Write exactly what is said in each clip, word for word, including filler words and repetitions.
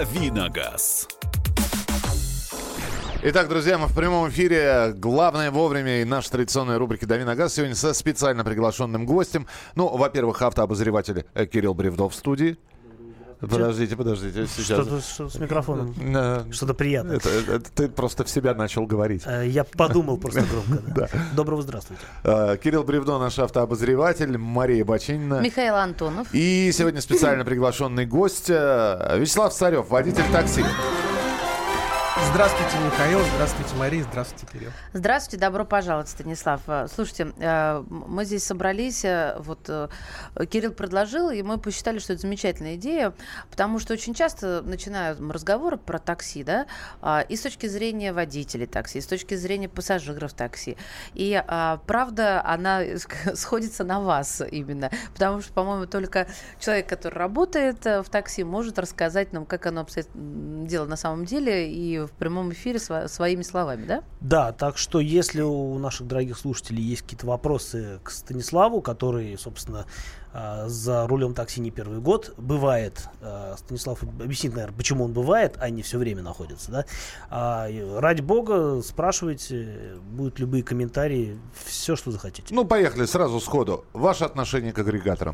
Давиногаз. Итак, друзья, мы в прямом эфире. Главное вовремя и наша традиционная рубрика «Дави на газ» сегодня со специально приглашенным гостем. Ну, во-первых, автообозреватель Кирилл Бревдов в студии. Подождите, подождите. Сейчас. Что-то, что с микрофоном. А, Что-то приятное. Это, это, ты просто в себя начал говорить. Я подумал просто громко. Да. Да. Доброго здравствуйте. Кирилл Бревдов, наш автообозреватель, Мария Бочинина. Михаил Антонов. И сегодня специально приглашенный гость Вячеслав Царев, водитель такси. Здравствуйте, Михаил. Здравствуйте, Мария. Здравствуйте, Кирилл. Здравствуйте, добро пожаловать, Станислав. Слушайте, мы здесь собрались, вот Кирилл предложил, и мы посчитали, что это замечательная идея, потому что очень часто начинают разговоры про такси, да, и с точки зрения водителей такси, и с точки зрения пассажиров такси. И правда, она сходится на вас именно, потому что, по-моему, только человек, который работает в такси, может рассказать нам, как оно обстоит дело на самом деле, и в прямом эфире сво- своими словами, да? Да, так что если у наших дорогих слушателей есть какие-то вопросы к Станиславу, который, собственно, за рулем такси не первый год бывает, Станислав объяснит, наверное, почему он бывает, а не все время находится, да? Ради бога, спрашивайте, будут любые комментарии, все, что захотите. Ну, поехали сразу сходу. Ваше отношение к агрегаторам?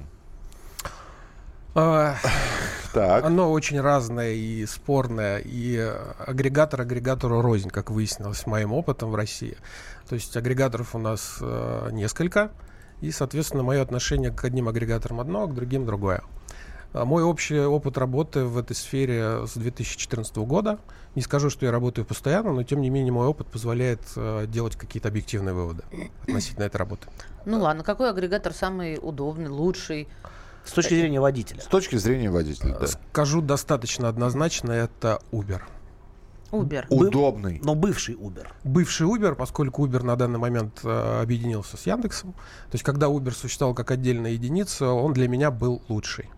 Так. Оно очень разное и спорное, и агрегатор агрегатору рознь, как выяснилось моим опытом в России. То есть агрегаторов у нас э, несколько, и, соответственно, мое отношение к одним агрегаторам одно, а к другим другое. А мой общий опыт работы в этой сфере с две тысячи четырнадцатого года. Не скажу, что я работаю постоянно, но, тем не менее, мой опыт позволяет э, делать какие-то объективные выводы относительно этой работы. Ну ладно, какой агрегатор самый удобный, лучший? С точки зрения водителя. С точки зрения водителя, да. Скажу достаточно однозначно, это Uber. Uber. Удобный. Но бывший Uber. Бывший Uber, поскольку Uber на данный момент э, объединился с Яндексом. То есть, когда Uber существовал как отдельная единица, он для меня был лучший.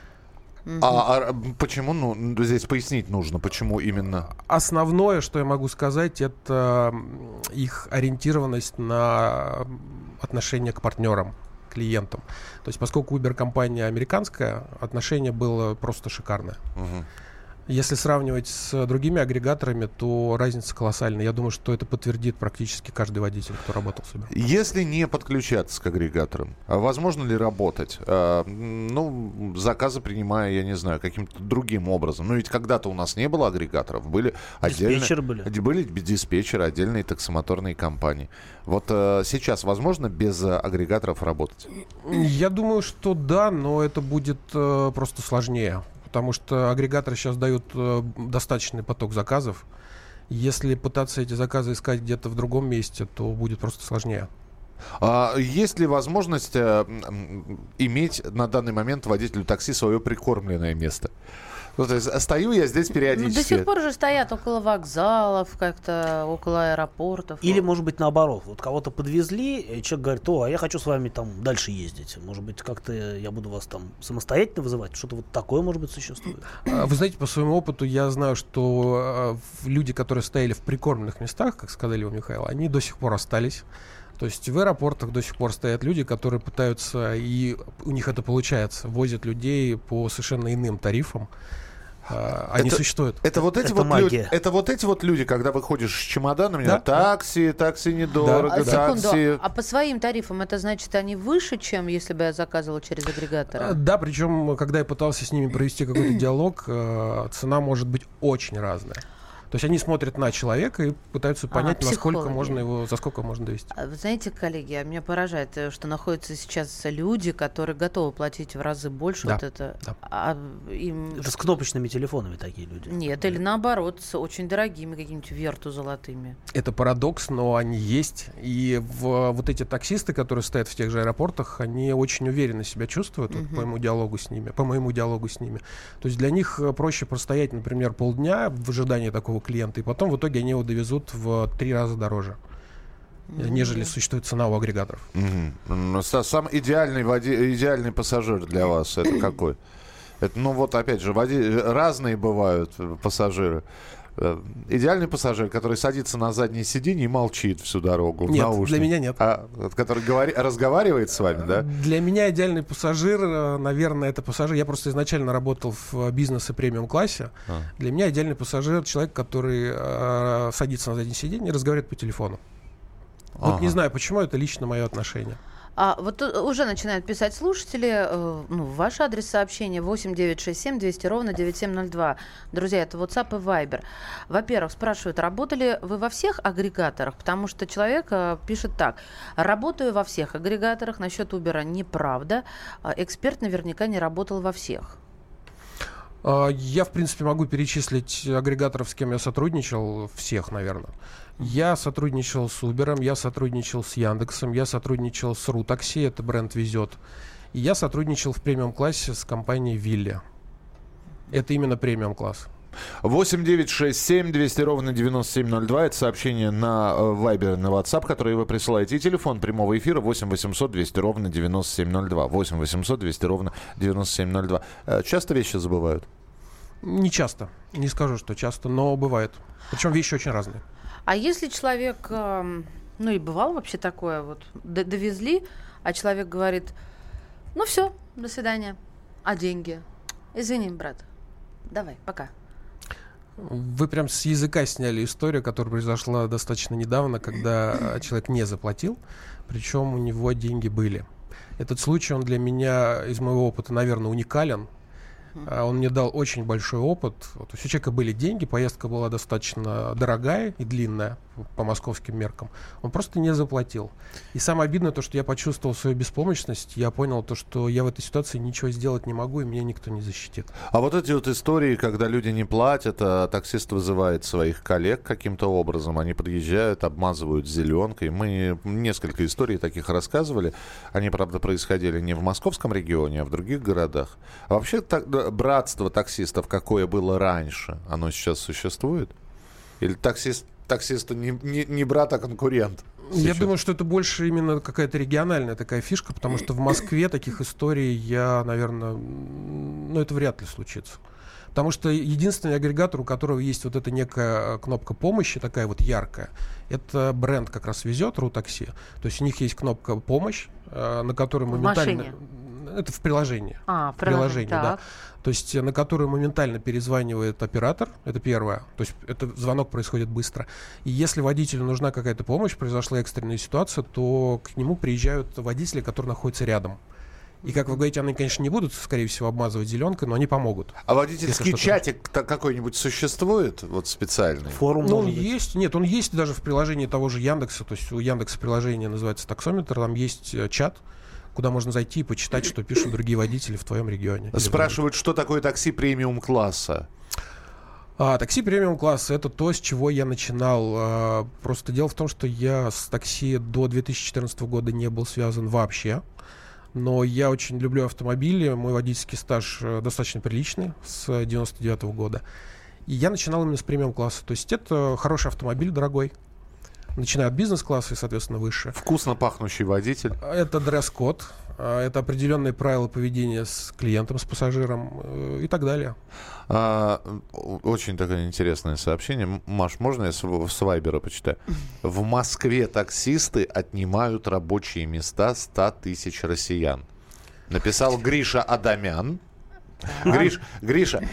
А, а почему, ну, здесь пояснить нужно, почему именно? Основное, что я могу сказать, это их ориентированность на отношение к партнерам, клиентам. То есть, поскольку Uber компания американская, отношение было просто шикарное. Угу. Если сравнивать с другими агрегаторами, то разница колоссальная. Я думаю, что это подтвердит практически каждый водитель, кто работал с Uber. Если не подключаться к агрегаторам, возможно ли работать? А, ну, заказы принимая, я не знаю, каким-то другим образом. Ну, ведь когда-то у нас не было агрегаторов, были отдельные... Диспетчеры были. Были диспетчеры, отдельные таксомоторные компании. Вот а, сейчас возможно без агрегаторов работать? Я думаю, что да, но это будет а, просто сложнее. Потому что агрегаторы сейчас дают э, достаточный поток заказов. Если пытаться эти заказы искать где-то в другом месте, то будет просто сложнее. А есть ли возможность э, иметь на данный момент водителю такси свое прикормленное место? Ну, то есть стою я здесь периодически. Ну, до сих пор же стоят около вокзалов, как-то около аэропортов. Или, может быть, наоборот. Вот кого-то подвезли, и человек говорит: о, а я хочу с вами там дальше ездить. Может быть, как-то я буду вас там самостоятельно вызывать? Что-то вот такое, может быть, существует? Вы знаете, по своему опыту я знаю, что люди, которые стояли в прикормленных местах, как сказали у Михаила, они до сих пор остались. То есть в аэропортах до сих пор стоят люди, которые пытаются, и у них это получается, возят людей по совершенно иным тарифам. Они это, существуют. Это вот эти это вот магия. люди, это вот эти вот люди, когда выходишь с чемоданами, да? такси, да. такси недорого, да. такси. Секунду, а по своим тарифам это значит, они выше, чем если бы я заказывала через агрегатора? Да, причем, когда я пытался с ними провести какой-то диалог, цена может быть очень разная. То есть они смотрят на человека и пытаются понять, а, насколько можно его, за сколько можно довести. Вы знаете, коллеги, меня поражает, что находятся сейчас люди, которые готовы платить в разы больше. Да, вот это. Да. А им... это с кнопочными телефонами такие люди. Нет, или наоборот, с очень дорогими какими-нибудь верту золотыми. Это парадокс, но они есть. И в, вот эти таксисты, которые стоят в тех же аэропортах, они очень уверенно себя чувствуют, uh-huh. вот, по моему диалогу с ними, по моему диалогу с ними. То есть для них проще простоять, например, полдня в ожидании такого клиента, и потом в итоге они его довезут в три раза дороже, mm-hmm. нежели существует цена у агрегаторов. Mm-hmm. Сам идеальный, води... идеальный пассажир для вас это какой? Это, ну вот опять же, води... разные бывают пассажиры. Идеальный пассажир, который садится на заднее сиденье и молчит всю дорогу. Нет, для меня нет. А, который говори, разговаривает с вами, да? Для меня идеальный пассажир, наверное, это пассажир. Я просто изначально работал в бизнес и премиум-классе. А. Для меня идеальный пассажир — человек, который э, садится на заднее сиденье и разговаривает по телефону. Ага. Вот не знаю, почему, это лично мое отношение. А вот уже начинают писать слушатели, э, ну, ваш адрес сообщения восемь девятьсот шестьдесят семь двести ровно девяносто семь ноль два. Друзья, это WhatsApp и Viber. Во-первых, спрашивают, работали вы во всех агрегаторах? Потому что человек э, пишет так: работаю во всех агрегаторах, насчет Uber неправда, эксперт наверняка не работал во всех. Я, в принципе, могу перечислить агрегаторов, с кем я сотрудничал, всех, наверное. Я сотрудничал с Uber, я сотрудничал с Яндексом, я сотрудничал с Рутакси, это бренд «Везет». И я сотрудничал в премиум-классе с компанией «Вилли». Это именно премиум-класс. восемь девятьсот шестьдесят семь двести ровно девяносто семь ноль два. Это сообщение на Viber, на WhatsApp, которое вы присылаете. И телефон прямого эфира восемь восемьсот двести ровно девяносто семь ноль два. восемь восемьсот двести ровно девяносто семь ноль два. Часто вещи забывают? Не часто. Не скажу, что часто, но бывает. Причем вещи очень разные. А если человек, ну и бывало вообще такое, вот довезли, а человек говорит: ну все, до свидания, а деньги? Извини, брат, давай, пока. Вы прям с языка сняли историю, которая произошла достаточно недавно, когда человек не заплатил, причем у него деньги были. Этот случай, он для меня, из моего опыта, наверное, уникален. Он мне дал очень большой опыт. Вот, у человека были деньги, поездка была достаточно дорогая и длинная по московским меркам. Он просто не заплатил. И самое обидное то, что я почувствовал свою беспомощность. Я понял то, что я в этой ситуации ничего сделать не могу, и меня никто не защитит. А вот эти вот истории, когда люди не платят, а таксист вызывает своих коллег каким-то образом, они подъезжают, обмазывают зеленкой. Мы несколько историй таких рассказывали. Они, правда, происходили не в московском регионе, а в других городах. А вообще так, братство таксистов, какое было раньше, оно сейчас существует? Или таксист таксиста не, не, не брат, а конкурент? Я сейчас думаю, что это больше именно какая-то региональная такая фишка, потому что в Москве таких историй я, наверное, ну, это вряд ли случится. Потому что единственный агрегатор, у которого есть вот эта некая кнопка помощи, такая вот яркая, это бренд как раз «Везет», Рутакси. То есть у них есть кнопка «Помощь», на которую моментально... машине? Это в приложении. А, в приложении, да. То есть на которую моментально перезванивает оператор, это первое. То есть это звонок происходит быстро. И если водителю нужна какая-то помощь, произошла экстренная ситуация, то к нему приезжают водители, которые находятся рядом. И, как вы говорите, они, конечно, не будут, скорее всего, обмазывать зеленкой, но они помогут. А водительский чатик какой-нибудь существует, вот специальный? Форум, ну, он есть. Нет, он есть даже в приложении того же Яндекса. То есть у Яндекса приложение называется «Таксометр», там есть чат, куда можно зайти и почитать, что пишут другие водители в твоем регионе. Спрашивают, что такое такси премиум-класса? А, такси премиум-класса — это то, с чего я начинал. А, просто дело в том, что я с такси до две тысячи четырнадцатого года не был связан вообще. Но я очень люблю автомобили. Мой водительский стаж достаточно приличный, с девяносто девятого года. И я начинал именно с премиум-класса. То есть это хороший автомобиль, дорогой. Начиная от бизнес-класса и, соответственно, выше. Вкусно пахнущий водитель. Это дресс-код, это определенные правила поведения с клиентом, с пассажиром и так далее. А, очень такое интересное сообщение. Маш, можно я с, с Вайбера почитаю? В Москве таксисты отнимают рабочие места ста тысяч россиян. Написал Гриша Адамян. Гриш, Гриша,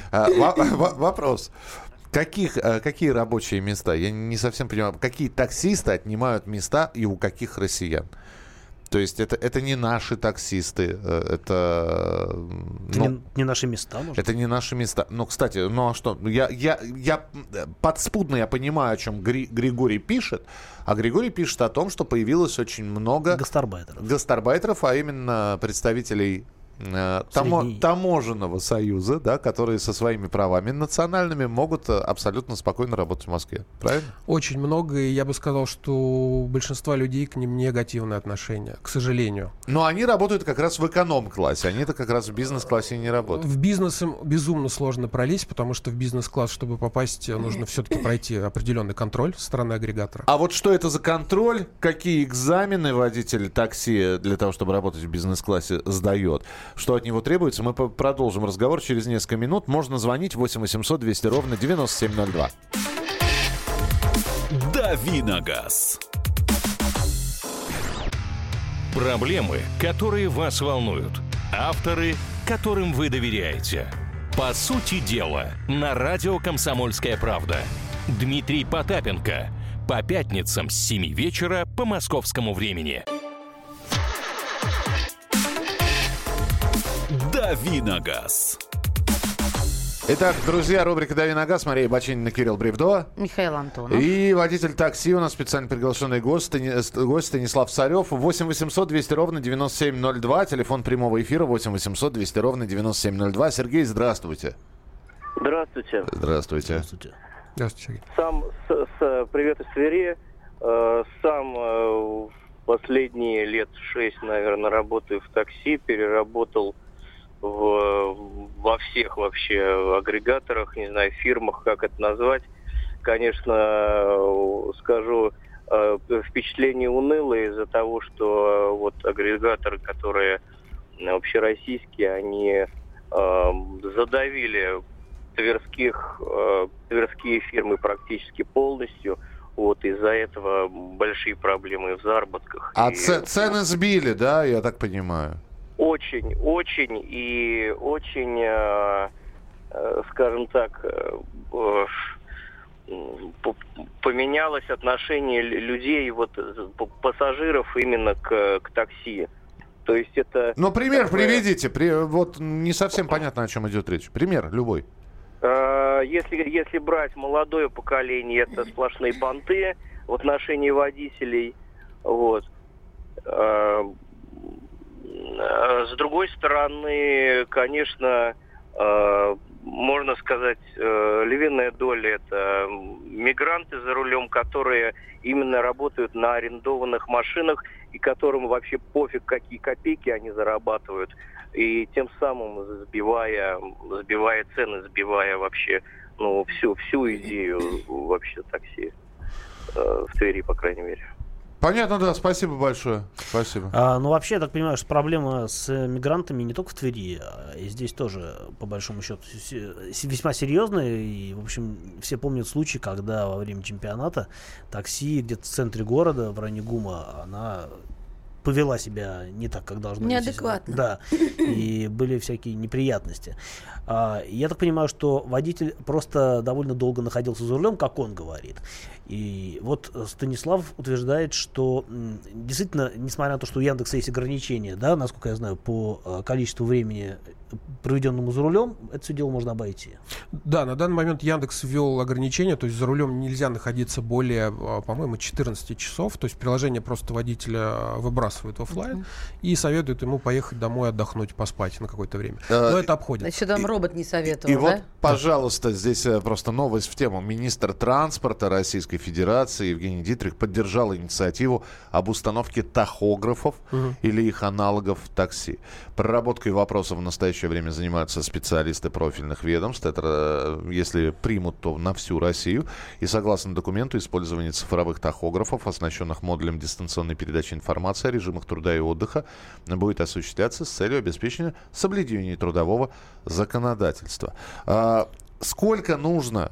вопрос. Каких, какие рабочие места? Я не совсем понимаю. Какие таксисты отнимают места и у каких россиян? То есть это, это не наши таксисты, это... Это ну, не, не наши места, может? Это не наши места. Ну, кстати, ну а что? Я, я, я подспудно я понимаю, о чем Гри, Григорий пишет. А Григорий пишет о том, что появилось очень много... Гастарбайтеров. Гастарбайтеров, а именно представителей... Тамо, таможенного союза, да, которые со своими правами национальными могут абсолютно спокойно работать в Москве. Правильно? Очень много, и я бы сказал, что у большинства людей к ним негативное отношение, к сожалению. Но они работают как раз в эконом-классе, они-то как раз в бизнес-классе не работают. В бизнес им безумно сложно пролезть, потому что в бизнес-класс, чтобы попасть, нужно все-таки пройти определенный контроль со стороны агрегатора. А вот что это за контроль, какие экзамены водитель такси для того, чтобы работать в бизнес-классе, сдает? что от него требуется. Мы продолжим разговор через несколько минут. Можно звонить восемь восемьсот двести ровно девяносто семь ноль два. Давиногаз. Проблемы, которые вас волнуют. Авторы, которым вы доверяете. По сути дела, на радио «Комсомольская правда». Дмитрий Потапенко. По пятницам с семи вечера по московскому времени. Давиногаз. Итак, друзья, рубрика «Дави на газ». Мария Бачинина, Кирилл Бревдо. Михаил Антонов. И водитель такси у нас специально приглашенный гость, гость Станислав Царев. восемь восемьсот двести ровно девяносто семь ноль два. Телефон прямого эфира восемь восемьсот двести ровно девяносто семь ноль два. Сергей, здравствуйте. Здравствуйте. Здравствуйте. Здравствуйте. Здравствуйте, Сергей. Сам, с, с, привет из Твери. Э, сам э, последние лет шесть, наверное, работаю в такси, переработал в, во всех вообще агрегаторах, не знаю, фирмах, как это назвать. Конечно, скажу, впечатление унылое из-за того, что вот агрегаторы, которые общероссийские, они задавили тверских, тверские фирмы практически полностью. Вот из-за этого большие проблемы в заработках. А и... цены сбили, да, я так понимаю? Очень, очень и очень, э, э, скажем так, э, э, поменялось отношение людей, вот пассажиров именно к, к такси. То есть это... Ну, пример такое... приведите. При... Вот не совсем понятно, о чем идет речь. Пример любой. Э, если, если брать молодое поколение, это сплошные понты в отношении водителей. Вот. Э, С другой стороны, конечно, можно сказать, львиная доля – это мигранты за рулем, которые именно работают на арендованных машинах и которым вообще пофиг, какие копейки они зарабатывают. И тем самым сбивая, сбивая цены, сбивая вообще ну, всю, всю идею вообще такси в Твери, по крайней мере. Понятно, да, спасибо большое. Спасибо. А, ну, вообще, я так понимаю, что проблема с мигрантами не только в Твери, а и здесь тоже, по большому счету, весьма серьезная. И, в общем, все помнят случай, когда во время чемпионата такси где-то в центре города, в районе ГУМа, она повела себя не так, как должна. Неадекватно. Да, и были всякие неприятности. А, я так понимаю, что водитель просто довольно долго находился за рулем, как он говорит. И вот Станислав утверждает, что действительно, несмотря на то, что у Яндекса есть ограничения, да, насколько я знаю, по количеству времени, проведенному за рулем, это все дело можно обойти. Да, на данный момент Яндекс ввел ограничения, то есть за рулем нельзя находиться более, по-моему, четырнадцать часов, то есть приложение просто водителя выбрасывает в офлайн mm-hmm. и советует ему поехать домой отдохнуть, поспать на какое-то время. Но это обходит. Еще там робот не советовал, И да? вот, пожалуйста, здесь просто новость в тему. Министр транспорта Российской Федерации Евгений Дитрих поддержал инициативу об установке тахографов угу. или их аналогов в такси. Проработкой вопросов в настоящее время занимаются специалисты профильных ведомств. Это, если примут, то на всю Россию. И согласно документу, использование цифровых тахографов, оснащенных модулем дистанционной передачи информации о режимах труда и отдыха, будет осуществляться с целью обеспечения соблюдения трудового законодательства. А, сколько нужно,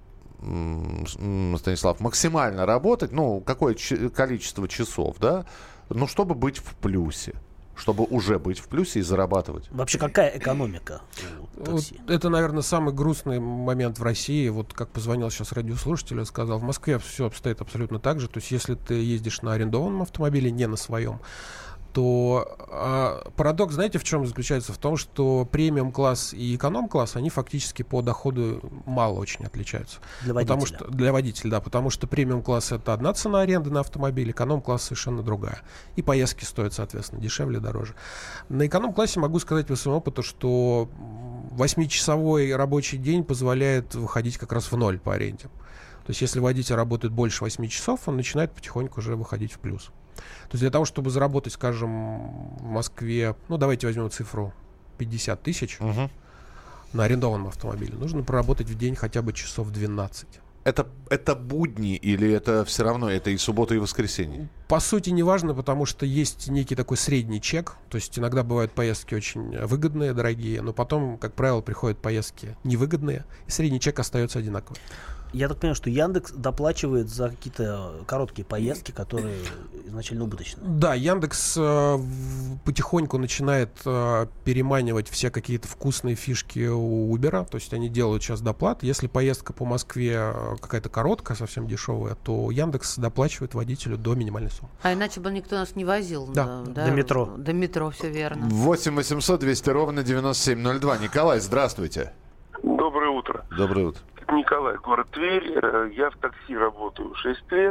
Станислав, максимально работать, ну, какое ч- количество часов, да, ну, чтобы быть в плюсе, чтобы уже быть в плюсе и зарабатывать? Вообще, какая экономика у такси? Вот это, наверное, самый грустный момент в России. Вот как позвонил сейчас радиослушатель и сказал, в Москве все обстоит абсолютно так же. То есть, если ты ездишь на арендованном автомобиле, не на своем, то а, парадокс, знаете, в чем заключается? В том, что премиум-класс и эконом-класс, они фактически по доходу мало очень отличаются. Для водителя. Потому что, для водителя, да. Потому что премиум-класс — это одна цена аренды на автомобиль, эконом-класс совершенно другая. И поездки стоят, соответственно, дешевле, дороже. На эконом-классе могу сказать по своему опыту, что восьмичасовой рабочий день позволяет выходить как раз в ноль по аренде. То есть, если водитель работает больше восьми часов, он начинает потихоньку уже выходить в плюс. То есть для того, чтобы заработать, скажем, в Москве, ну давайте возьмем цифру пятьдесят тысяч угу. на арендованном автомобиле, нужно проработать в день хотя бы часов двенадцать. Это, это будни или это все равно, это и суббота, и воскресенье? По сути, не важно, потому что есть некий такой средний чек. То есть иногда бывают поездки очень выгодные, дорогие, но потом, как правило, приходят поездки невыгодные, и средний чек остается одинаковым. Я так понимаю, что Яндекс доплачивает за какие-то короткие поездки, которые изначально убыточны. Да, Яндекс э, потихоньку начинает э, переманивать все какие-то вкусные фишки у Uber. То есть они делают сейчас доплат. Если поездка по Москве какая-то короткая, совсем дешевая, то Яндекс доплачивает водителю до минимальной суммы. А иначе бы никто нас не возил. Да. Да, До метро. До метро, все верно. восемь восемьсот двести ровно девяносто семь ноль два. Николай, здравствуйте. Доброе утро. Доброе утро. Николай, город Тверь. Я в такси работаю шесть лет.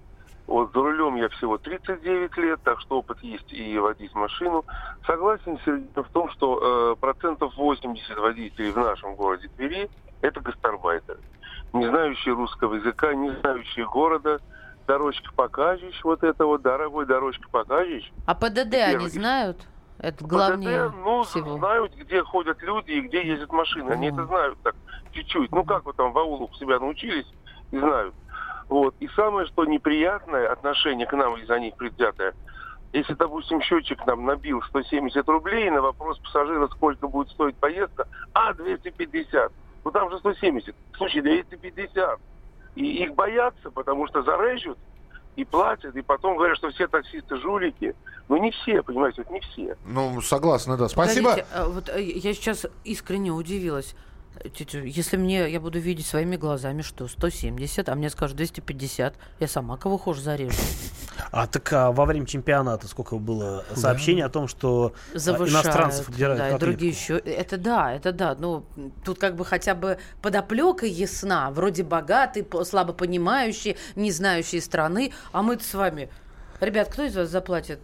Вот за рулем я всего тридцать девять лет, так что опыт есть и водить машину. Согласен в том, что э, процентов восемьдесят водителей в нашем городе Твери – это гастарбайтеры. Не знающие русского языка, не знающие города. Дорожка покажешь, вот это вот, дорогой, дорожка покажешь. А ПДД они знают? Это главнее ПДД, ну, всего. знают, где ходят люди и где ездят машины. Они это знают так чуть-чуть. Ну, как вы там в аулах себя научились и знают. Вот. И самое, что неприятное отношение к нам из-за них предвзятое. Если, допустим, счетчик нам набил сто семьдесят рублей, на вопрос пассажира, сколько будет стоить поездка, а, двести пятьдесят. Ну, там же сто семьдесят. Слушай, двести пятьдесят. И их боятся, потому что зарежут и платят, и потом говорят, что все таксисты жулики. Ну, не все, понимаете, вот не все. Ну, согласна, да. Спасибо. Подождите, а вот я сейчас искренне удивилась. Если мне, я буду видеть своими глазами, что сто семьдесят, а мне скажут двести пятьдесят, я сама кого хочешь зарежу. А так а во время чемпионата сколько было сообщений да. о том, что завышают, иностранцев обдирают да, и другие еще. Это да, это да. Ну, тут как бы хотя бы подоплека ясна. Вроде богатый, слабо понимающий, не знающий страны. А мы-то с вами... Ребят, кто из вас заплатит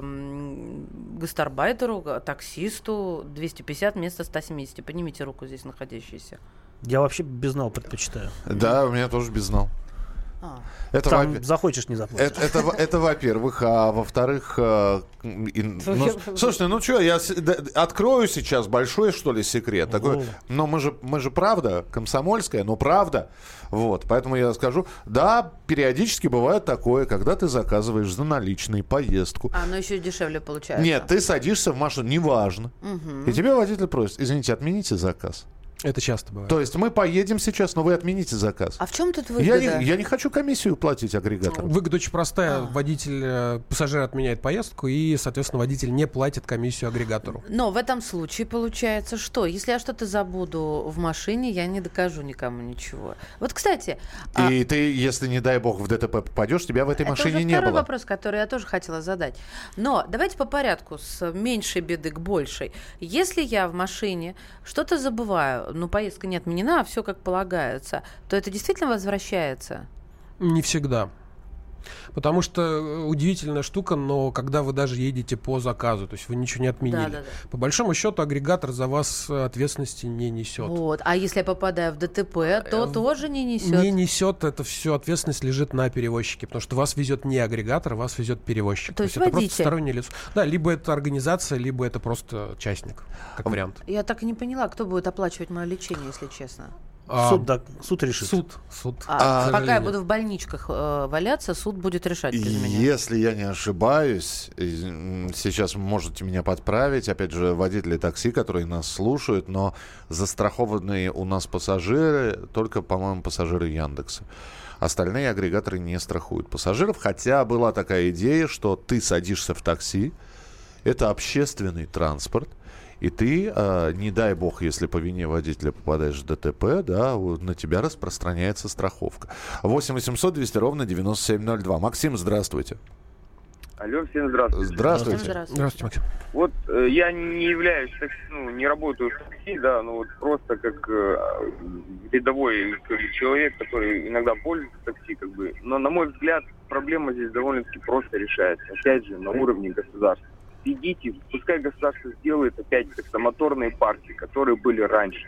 э, гастарбайтеру, таксисту двести пятьдесят вместо ста семидесяти? Поднимите руку здесь находящиеся. Я вообще безнал предпочитаю. Да, у меня тоже безнал. А. Это Там во... захочешь, не заплатишь. Это, это, это во-первых. А во-вторых, э, и, ну, слушайте, ну что, я с, да, открою сейчас большой, что ли, секрет. Такой, но мы же, мы же правда, комсомольская, но правда. Вот, поэтому я скажу, да, периодически бывает такое, когда ты заказываешь за наличные поездку. А, но еще дешевле получается. Нет, ты садишься в машину, неважно. Угу. И тебе водитель просит, извините, отмените заказ. Это часто бывает. То есть мы поедем сейчас, но вы отмените заказ. А в чем тут выгода? Я не, я не хочу комиссию платить агрегатору. Выгода очень простая. А. Водитель, пассажир отменяет поездку, и, соответственно, водитель не платит комиссию агрегатору. Но в этом случае получается что? Если я что-то забуду в машине, я не докажу никому ничего. Вот, кстати... И а... ты, если, не дай бог, в ДТП попадешь, тебя в этой Это машине уже не второй было. вопрос, который я тоже хотела задать. Но давайте по порядку, с меньшей беды к большей. Если я в машине что-то забываю, ну, поездка не отменена, а все как полагается, то это действительно возвращается? Не всегда. Потому что удивительная штука, но когда вы даже едете по заказу, то есть вы ничего не отменили, да, да, да. по большому счету агрегатор за вас ответственности не несет. Вот. А если я попадаю в ДТП, то э, тоже не несет? Не несет, это все ответственность лежит на перевозчике, потому что вас везет не агрегатор, вас везет перевозчик. То, то есть, есть это водитель. просто стороннее лицо. Да, либо это организация, либо это просто частник, как вариант. Я так и не поняла, кто будет оплачивать мое лечение, если честно. А, суд, да, суд решит. Суд, суд. А, а, пока я буду в больничках э, валяться, суд будет решать без меня. Если я не ошибаюсь, сейчас можете меня подправить, опять же, водители такси, которые нас слушают, но застрахованные у нас пассажиры, только, по-моему, пассажиры Яндекса. Остальные агрегаторы не страхуют пассажиров, хотя была такая идея, что ты садишься в такси, это общественный транспорт, и ты, э, не дай бог, если по вине водителя попадаешь в ДТП, да, на тебя распространяется страховка. восемь восемьсот двести ровно девяносто семь ноль два. Максим, здравствуйте. Алло, всем здравствуйте. Здравствуйте. Здравствуйте, Здравствуйте, Максим. Вот э, я не являюсь, ну, не работаю в такси, да, но вот просто как э, рядовой человек, который иногда пользуется такси, как бы. Но, на мой взгляд, проблема здесь довольно-таки просто решается. Опять же, на уровне государства. Идите, пускай государство сделает опять таксомоторные парки, которые были раньше.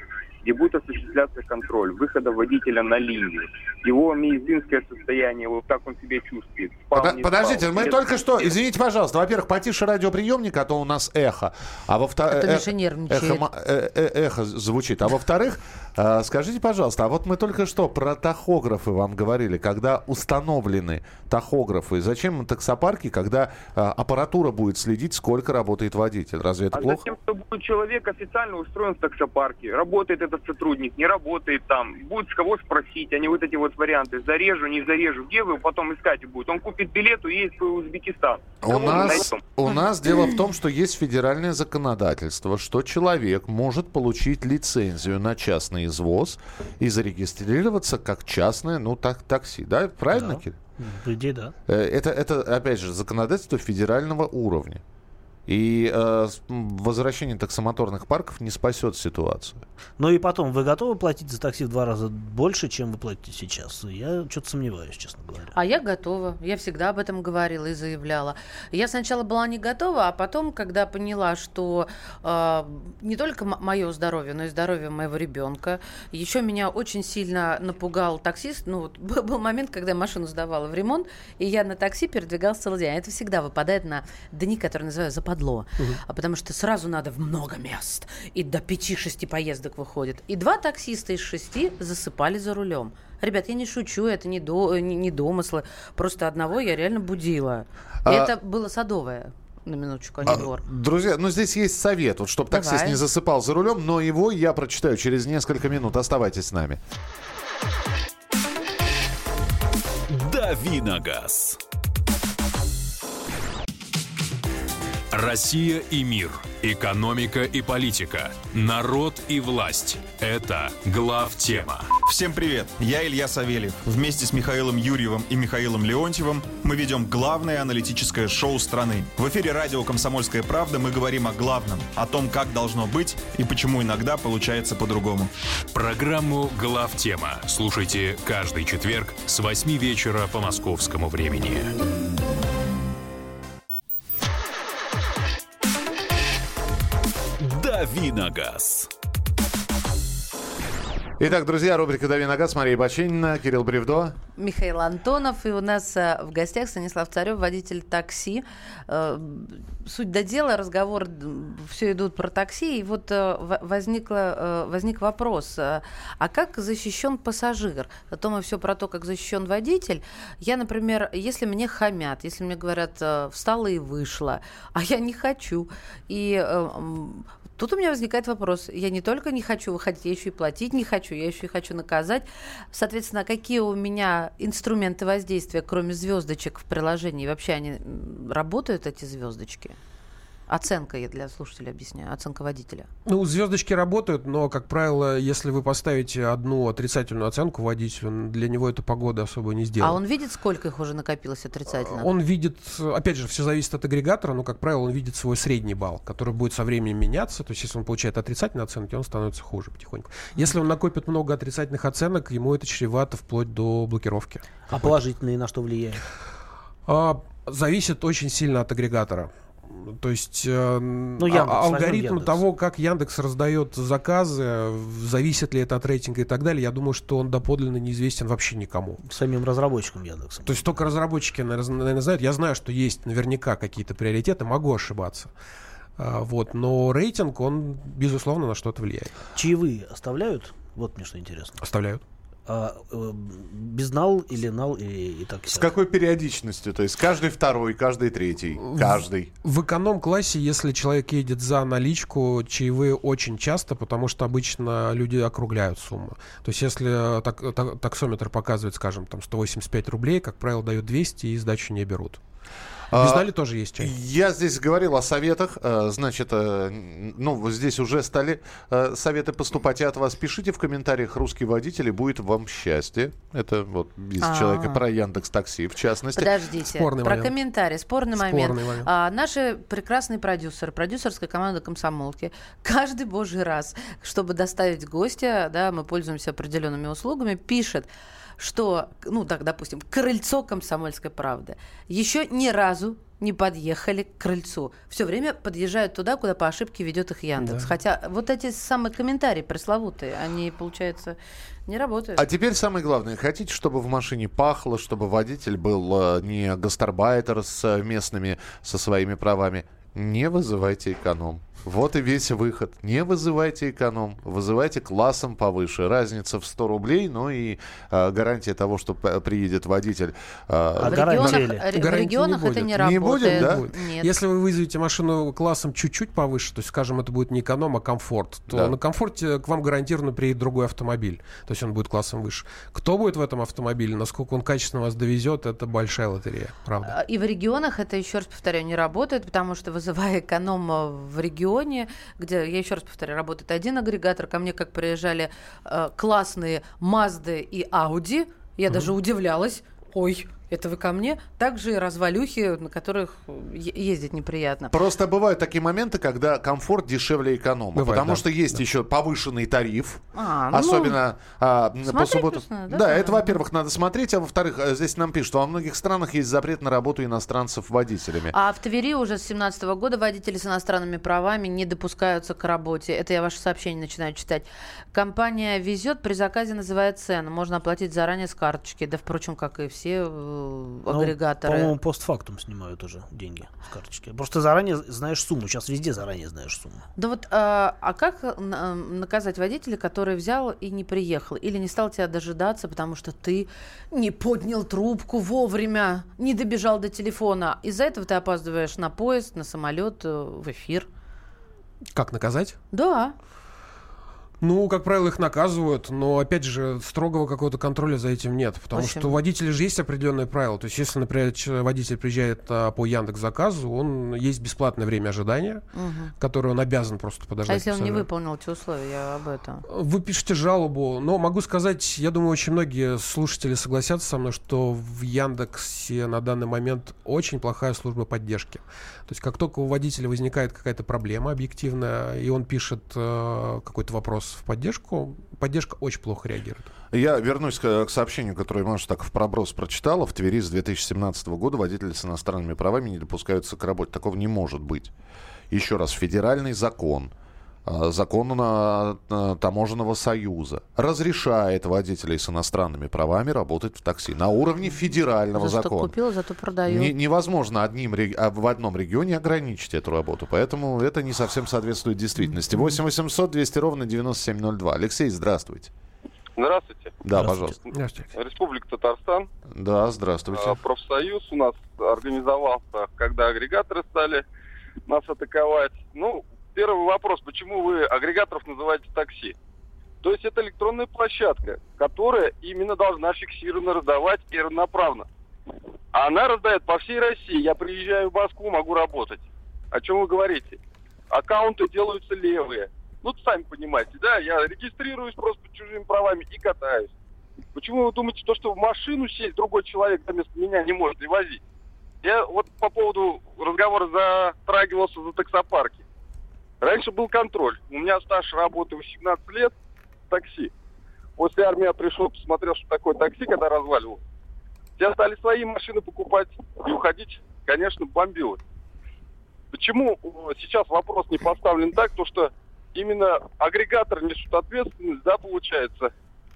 где будет осуществляться контроль выхода водителя на линию, его медицинское состояние, вот как он себя чувствует. Спал, Под, не подождите, спал. мы Нет, только что, извините, пожалуйста, во-первых, потише радиоприемник, а то у нас эхо. А во-вторых, Это Миша нервничает. эхо, э, э, эхо звучит. А во-вторых, э, скажите, пожалуйста, а вот мы только что про тахографы вам говорили, когда установлены тахографы, зачем таксопарки, когда э, аппаратура будет следить, сколько работает водитель? Разве это а плохо? затем, что будет человек официально устроен в таксопарке, работает этот сотрудник, не работает там, будет с кого спросить, а не вот эти вот варианты, зарежу, не зарежу, где вы потом искать будет? Он купит билет, уедет в Узбекистан. У нас, у нас дело в том, что есть федеральное законодательство, что человек может получить лицензию на частный извоз и зарегистрироваться как частное, ну, так, такси, да? Правильно, Да. Кирилл? По идее, да. Это, это, опять же, законодательство федерального уровня. И э, возвращение таксомоторных парков не спасет ситуацию. Ну и потом, вы готовы платить за такси в два раза больше, чем вы платите сейчас? Я что-то сомневаюсь, честно говоря. А я готова. Я всегда об этом говорила и заявляла. Я сначала была не готова, а потом, когда поняла, что э, не только м- мое здоровье, но и здоровье моего ребенка, еще меня очень сильно напугал таксист. Ну, вот, был момент, когда я машину сдавала в ремонт, и я на такси передвигалась целый день. Это всегда выпадает на дни, которые называю западло. Угу. А потому что сразу надо в много мест. И до пяти-шести поездок выходит. И два таксиста из шести засыпали за рулем. Ребят, я не шучу, это не, до, не, не домыслы. Просто одного я реально будила. И а... это было Садовое. На минуточку, а не двор. А, друзья, ну здесь есть совет, вот, чтобы таксист не засыпал за рулем, но его я прочитаю через несколько минут. Оставайтесь с нами. Давиногаз. Россия и мир. Экономика и политика. Народ и власть. Это главтема. Всем привет, я Илья Савельев. Вместе с Михаилом Юрьевым и Михаилом Леонтьевым мы ведем главное аналитическое шоу страны. В эфире радио «Комсомольская правда» мы говорим о главном, о том, как должно быть и почему иногда получается по-другому. Программу «Главтема» слушайте каждый четверг с восьми вечера по московскому времени. Давиногаз. Итак, друзья, рубрика «Дави на газ», Мария Баченина, Кирилл Бревдо. Михаил Антонов. И у нас а, в гостях Станислав Царев, водитель такси. А, суть до дела, разговор, все идут про такси. И вот а, возникло, а, возник вопрос, а, а как защищен пассажир? А то мы все про то, как защищен водитель. Я, например, если мне хамят, если мне говорят, встала и вышла, а я не хочу. И а, тут у меня возникает вопрос. Я не только не хочу выходить, я еще и платить не хочу, я еще и хочу наказать. Соответственно, какие у меня инструменты воздействия, кроме звездочек в приложении? Вообще они работают, эти звездочки? Оценка, я для слушателей объясняю, оценка водителя. Ну, звездочки работают, но, как правило, если вы поставите одну отрицательную оценку водителю, для него эта погода особо не сделает. А он видит, сколько их уже накопилось отрицательно? Он видит, опять же, все зависит от агрегатора, но, как правило, он видит свой средний балл, который будет со временем меняться. То есть, если он получает отрицательные оценки, он становится хуже потихоньку. Если он накопит много отрицательных оценок, ему это чревато вплоть до блокировки. А положительные на что влияют? А, зависит очень сильно от агрегатора. То есть э, ну, Яндекс, а, алгоритм Яндекс. того, как Яндекс раздает заказы, зависит ли это от рейтинга и так далее, я думаю, что он доподлинно неизвестен вообще никому. Самим разработчикам Яндекса. То есть только разработчики, наверное, знают. Я знаю, что есть наверняка какие-то приоритеты, могу ошибаться. А, вот, но рейтинг, он, безусловно, на что-то влияет. Чаевые оставляют? Вот мне что интересно. Оставляют. А, э, без нал или нал и, и так С какой периодичностью? То есть каждый второй, каждый третий, каждый. В, в эконом-классе, если человек едет за наличку, чаевые очень часто, потому что обычно люди округляют сумму. То есть если так, так, таксометр показывает, скажем, там сто восемьдесят пять рублей, как правило, дают двести и сдачу не берут. Без дали тоже есть чай. Я здесь говорил о советах. Значит, ну, здесь уже стали советы поступать и от вас. Пишите в комментариях «Русский водитель» и будет вам счастье. Это вот из А-а-а. человека про Яндекс.Такси, в частности. Подождите, спорный про момент. комментарий, спорный, спорный момент. момент. А, наши прекрасные продюсеры, продюсерская команда «Комсомолки», каждый божий раз, чтобы доставить гостя, да, мы пользуемся определенными услугами, пишет: что, ну так, допустим, крыльцо «Комсомольской правды» еще ни разу не подъехали к крыльцу. Все время подъезжают туда, куда по ошибке ведет их Яндекс. Да. Хотя вот эти самые комментарии пресловутые, они, получается, не работают. А теперь самое главное. Хотите, чтобы в машине пахло, чтобы водитель был не гастарбайтер с местными, со своими правами? Не вызывайте эконом. Вот и весь выход. Не вызывайте эконом, вызывайте классом повыше. Разница в сто рублей, но и э, гарантия того, что п- приедет водитель. Э, а в регионах, в регионах не это не работает. Не будет, да? Нет. Если вы вызовете машину классом чуть-чуть повыше, то есть, скажем, это будет не эконом, а комфорт, то да. на комфорте к вам гарантированно приедет другой автомобиль. То есть он будет классом выше. Кто будет в этом автомобиле, насколько он качественно вас довезет, это большая лотерея, правда. И в регионах это, еще раз повторяю, не работает, потому что, вызывая эконом в регионе, где, я еще раз повторяю, работает один агрегатор. Ко мне как приезжали э, классные Мазды и Ауди, я mm-hmm. даже удивлялась. Ой, это вы ко мне? Также и развалюхи, на которых ездить неприятно. Просто бывают такие моменты, когда комфорт дешевле эконома. Бывает, потому да. что есть да. еще повышенный тариф. А, особенно ну, а, по субботу. Да, да, это, во-первых, надо смотреть. А во-вторых, здесь нам пишут, что во многих странах есть запрет на работу иностранцев водителями. А в Твери уже с две тысячи семнадцатого года водители с иностранными правами не допускаются к работе. Это я ваше сообщение начинаю читать. Компания везет, при заказе называет цену. Можно оплатить заранее с карточки. Да, впрочем, как и все агрегаторы. Ну, по-моему, постфактум снимают уже деньги с карточки. Просто заранее знаешь сумму. Сейчас везде заранее знаешь сумму. Да вот, а, а как наказать водителя, который взял и не приехал? Или не стал тебя дожидаться, потому что ты не поднял трубку вовремя, не добежал до телефона. Из-за этого ты опаздываешь на поезд, на самолет, в эфир. Как наказать? Да. Ну, как правило, их наказывают, но, опять же, строгого какого-то контроля за этим нет. Потому Почему? что у водителя же есть определенные правила. То есть, если, например, водитель приезжает а, по Яндекс.Заказу, он есть бесплатное время ожидания, угу. которое он обязан просто подождать. А если он не выполнил эти условия, я об этом? Вы пишете жалобу, но могу сказать, я думаю, очень многие слушатели согласятся со мной, что в Яндексе на данный момент очень плохая служба поддержки. То есть, как только у водителя возникает какая-то проблема объективная, и он пишет э, какой-то вопрос в поддержку, поддержка очень плохо реагирует. Я вернусь к, к сообщению, которое Маша так в проброс прочитала. В Твери с две тысячи семнадцатого года водители с иностранными правами не допускаются к работе. Такого не может быть. Еще раз, федеральный закон, закон Таможенного союза разрешает водителей с иностранными правами работать в такси на уровне федерального за закона. Что купила, зато продаю. Не, невозможно одним, в одном регионе ограничить эту работу, поэтому это не совсем соответствует действительности. восемь восемьсот двести ровно девяносто семь ноль два. Алексей, здравствуйте. Здравствуйте. Да, пожалуйста. Здравствуйте. Республика Татарстан. Да, здравствуйте. Профсоюз у нас организовался, когда агрегаторы стали нас атаковать. Ну, первый вопрос, почему вы агрегаторов называете такси? То есть это электронная площадка, которая именно должна фиксированно раздавать и равноправно. А она раздает по всей России. Я приезжаю в Москву, могу работать. О чем вы говорите? Аккаунты делаются левые. Ну, сами понимаете, да? Я регистрируюсь просто под чужими правами и катаюсь. Почему вы думаете, то, что в машину сесть другой человек вместо меня не может и возить? Я вот по поводу разговора затрагивался за таксопарки. Раньше был контроль. У меня стаж работы восемнадцать лет в такси. После армии я пришел, посмотрел, что такое такси, когда разваливал. Все стали свои машины покупать и уходить, конечно, бомбило. Почему сейчас вопрос не поставлен так, то что именно агрегаторы несут ответственность, да, получается.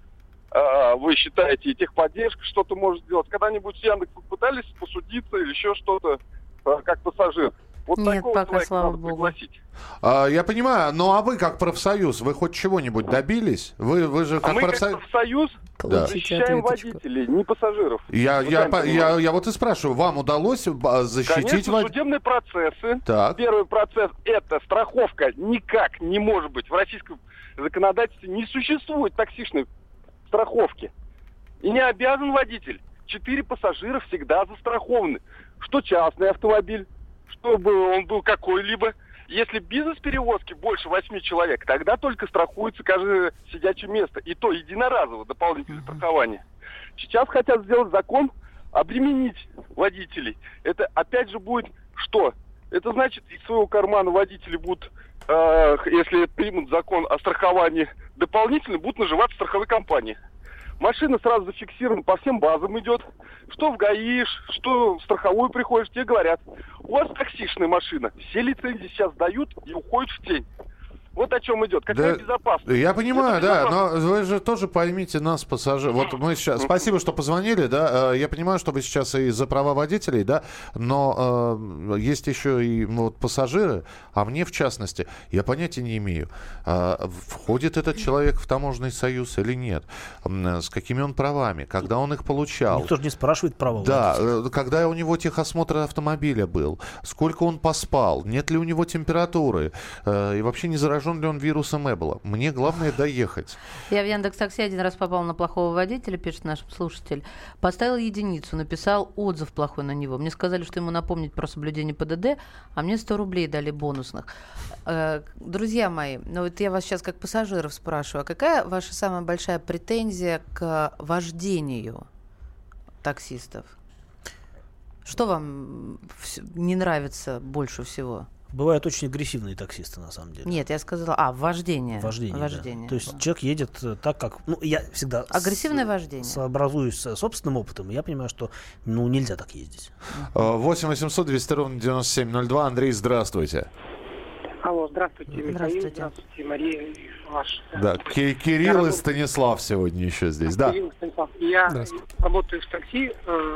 А, вы считаете, и техподдержка что-то может сделать. Когда-нибудь с Яндексом пытались посудиться или еще что-то, а, как пассажир? Вот Нет, такого пока, человека слава надо богу. пригласить. А, я понимаю, ну а вы как профсоюз, вы хоть чего-нибудь добились? Вы, вы же как а мы профсоюз... как профсоюз да. защищаем водителей, не пассажиров. Я, я, я, я, я вот и спрашиваю, вам удалось защитить... Конечно, вод... судебные процессы. Так. Первый процесс – это страховка. Никак не может быть. В российском законодательстве не существует таксишной страховки. И не обязан водитель. Четыре пассажира всегда застрахованы. Что частный автомобиль, чтобы он был какой-либо. Если бизнес-перевозки больше восьми человек, тогда только страхуется каждое сидячее место. И то единоразово дополнительное страхование. Сейчас хотят сделать закон, обременить водителей. Это опять же будет что? Это значит, из своего кармана водители будут, э, если примут закон о страховании дополнительно, будут наживаться страховые компании. Машина сразу зафиксирована, по всем базам идет. Что в ГАИ, что в страховую приходишь, тебе говорят, у вас таксишная машина, все лицензии сейчас дают и уходят в тень. Вот о чем идет. Какая да, безопасность? Я понимаю, да, но вы же тоже поймите нас, пассажиры. Вот мы сейчас... Спасибо, что позвонили, да. Я понимаю, что вы сейчас и за права водителей, да, но э, есть еще и вот пассажиры, а мне в частности, я понятия не имею, э, входит этот человек в таможенный союз или нет, э, с какими он правами, когда он их получал. Никто же не спрашивает права. Да, э, когда у него техосмотр автомобиля был, сколько он поспал, нет ли у него температуры, э, и вообще не заражен ли он вирусом Эбола. Мне главное доехать. Я в Яндекс.Такси один раз попал на плохого водителя, пишет наш слушатель. Поставил единицу, написал отзыв плохой на него. Мне сказали, что ему напомнить про соблюдение ПДД, а мне сто рублей дали бонусных. Э, друзья мои, ну вот я вас сейчас как пассажиров спрашиваю, а какая ваша самая большая претензия к вождению таксистов? Что вам не нравится больше всего? Бывают очень агрессивные таксисты, на самом деле. Нет, я сказала, а, вождение. Вождение, вождение. Да. То есть человек едет так, как... Ну, я всегда... Агрессивное с, вождение. Сообразуюсь с собственным опытом, и я понимаю, что, ну, нельзя так ездить. восемь восемьсот двести ровно девяносто семь ноль два. Андрей, здравствуйте. Алло, здравствуйте, Михаил. Здравствуйте. Здравствуйте, Мария. Ваш. Да, К- Кирилл и Станислав сегодня еще здесь, да. Кирилл и Станислав. Я работаю в такси, э,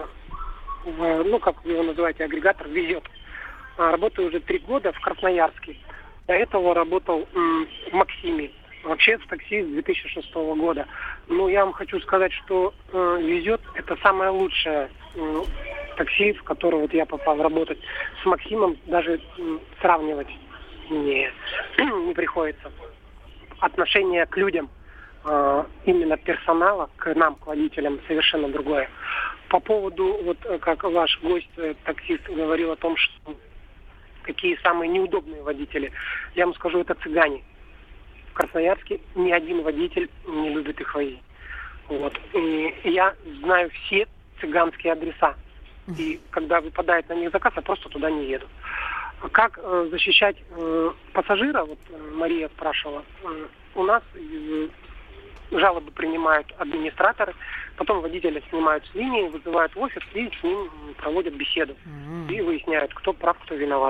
в, ну, как вы его называете, агрегатор «Везет». Работаю уже три года в Красноярске. До этого работал м, в Максиме. Вообще в такси с две тысячи шестого года. Но я вам хочу сказать, что э, «Везет» — это самое лучшее э, такси, в которое вот я попал работать. С Максимом даже э, сравнивать не, не приходится. Отношение к людям, э, именно персонала, к нам, к водителям, совершенно другое. По поводу, вот как ваш гость, таксист, говорил о том, что какие самые неудобные водители. Я вам скажу, это цыгане. В Красноярске ни один водитель не любит их возить. Вот. И я знаю все цыганские адреса. И когда выпадает на них заказ, я просто туда не еду. Как э, защищать э, пассажира, вот э, Мария спрашивала, э, у нас э, жалобы принимают администраторы, потом водителя снимают с линии, вызывают в офис и с ним проводят беседу. Mm-hmm. И выясняют, кто прав, кто виноват.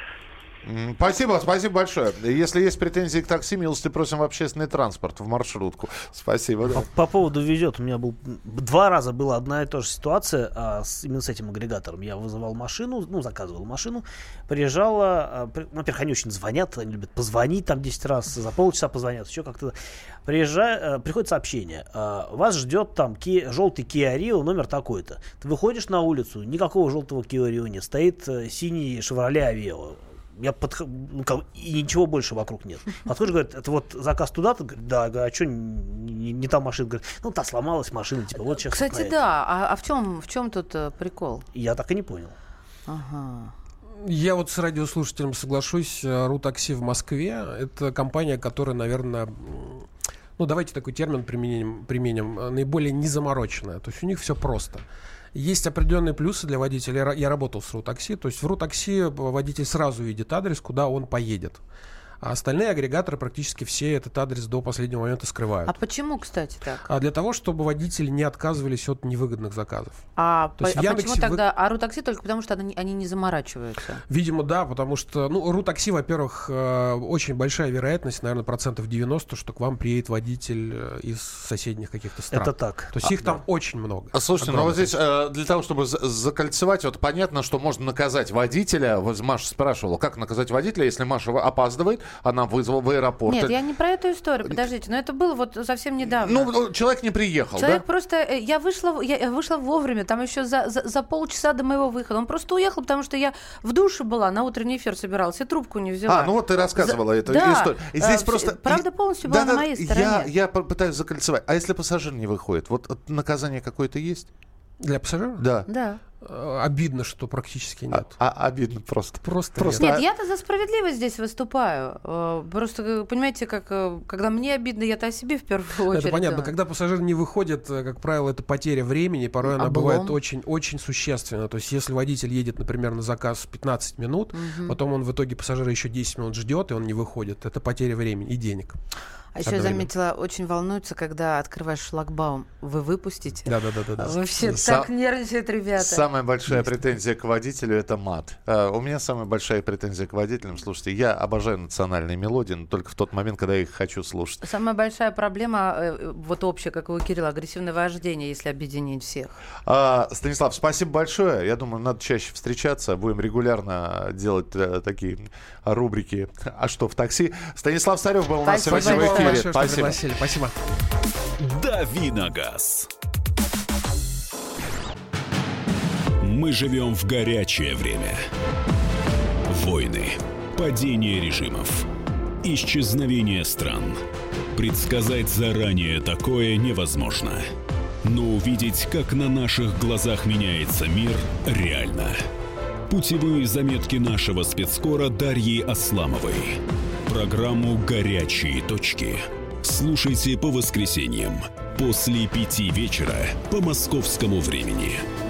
Спасибо, спасибо большое. Если есть претензии к такси, милости просим в общественный транспорт, в маршрутку. Спасибо. Да. По, по поводу «Везет», у меня был два раза была одна и та же ситуация, а, с, именно с этим агрегатором. Я вызывал машину, ну, заказывал машину, приезжала, а, при, во-первых, они очень звонят, они любят позвонить там десять раз, за полчаса позвонят, еще как-то. Приезжай, а, приходит сообщение, а, вас ждет там ки, желтый Kia Rio, номер такой-то. Ты выходишь на улицу, никакого желтого Kia Rio нет, стоит а, синий Chevrolet Aveo. Я подх... ну, как... И ничего больше вокруг нет. Подходишь, говорит, это вот заказ туда-то? Говорит, да, а что не, не та машина? Говорит, ну, та сломалась машина, типа, вот сейчас. Кстати, проект. да, а, а в чем в чем тут uh, прикол? Я так и не понял. Ага. Я вот с радиослушателем соглашусь. РУ-такси в Москве — это компания, которая, наверное, ну, давайте такой термин применим, применим, наиболее незамороченная. То есть у них все просто. Есть определенные плюсы для водителя. Я работал с РУ-такси. То есть в РУ-такси водитель сразу видит адрес, куда он поедет. А остальные агрегаторы практически все этот адрес до последнего момента скрывают. А почему, кстати, так? А для того, чтобы водители не отказывались от невыгодных заказов. А, по, а почему тогда? А РУ-такси только потому, что они, они не заморачиваются? Видимо, да, потому что, ну, РУ-такси, во-первых, очень большая вероятность, наверное, процентов девяносто, что к вам приедет водитель из соседних каких-то стран. Это так. То есть а, их там да. очень много. Слушайте, ну вот здесь для того, чтобы закольцевать, вот понятно, что можно наказать водителя. Вот Маша спрашивала, как наказать водителя, если Маша опаздывает, она вызвала в аэропорт. Нет, я не про эту историю, подождите, но это было вот совсем недавно. Ну, человек не приехал, Человек да? просто, я вышла, я вышла вовремя, там еще за, за, за полчаса до моего выхода. Он просто уехал, потому что я в душе была, на утренний эфир собиралась, и трубку не взяла. А, ну вот ты рассказывала за... эту да. историю. И здесь а, просто... Правда полностью была да, на да, моей стороне. Я, я пытаюсь закольцевать. А если пассажир не выходит, вот наказание какое-то есть? Для пассажира? Да. Да. обидно, что практически нет. А, а обидно просто. Просто, просто нет. Нет, я-то за справедливость здесь выступаю. Просто, понимаете, как, когда мне обидно, я-то о себе в первую очередь. Это понятно. Да. Когда пассажир не выходит, как правило, это потеря времени. Порой она Облом. бывает очень, очень существенна. То есть, если водитель едет, например, на заказ пятнадцать минут, угу. потом он в итоге пассажира еще десять минут ждет, и он не выходит. Это потеря времени и денег. А еще я заметила, очень волнуются, когда открываешь шлагбаум. Вы выпустите? Да, да, да, да. да. Вообще Сам... так нервничают ребята. Самая большая Есть. претензия к водителю — это мат. Uh, у меня самая большая претензия к водителям. Слушайте, я обожаю национальные мелодии, но только в тот момент, когда я их хочу слушать. Самая большая проблема, вот общая, как у Кирилла, агрессивное вождение, если объединить всех. Uh, Станислав, спасибо большое. Я думаю, надо чаще встречаться. Будем регулярно делать uh, такие рубрики «А что в такси?». Станислав Царев был у нас Спасибо сегодня в эфире. Большое, спасибо. Спасибо. Дави на газ. Мы живем в горячее время. Войны, падение режимов, исчезновение стран. Предсказать заранее такое невозможно. Но увидеть, как на наших глазах меняется мир, реально. Путевые заметки нашего спецкора Дарьи Асламовой. Программу «Горячие точки». Слушайте по воскресеньям после пяти вечера по московскому времени.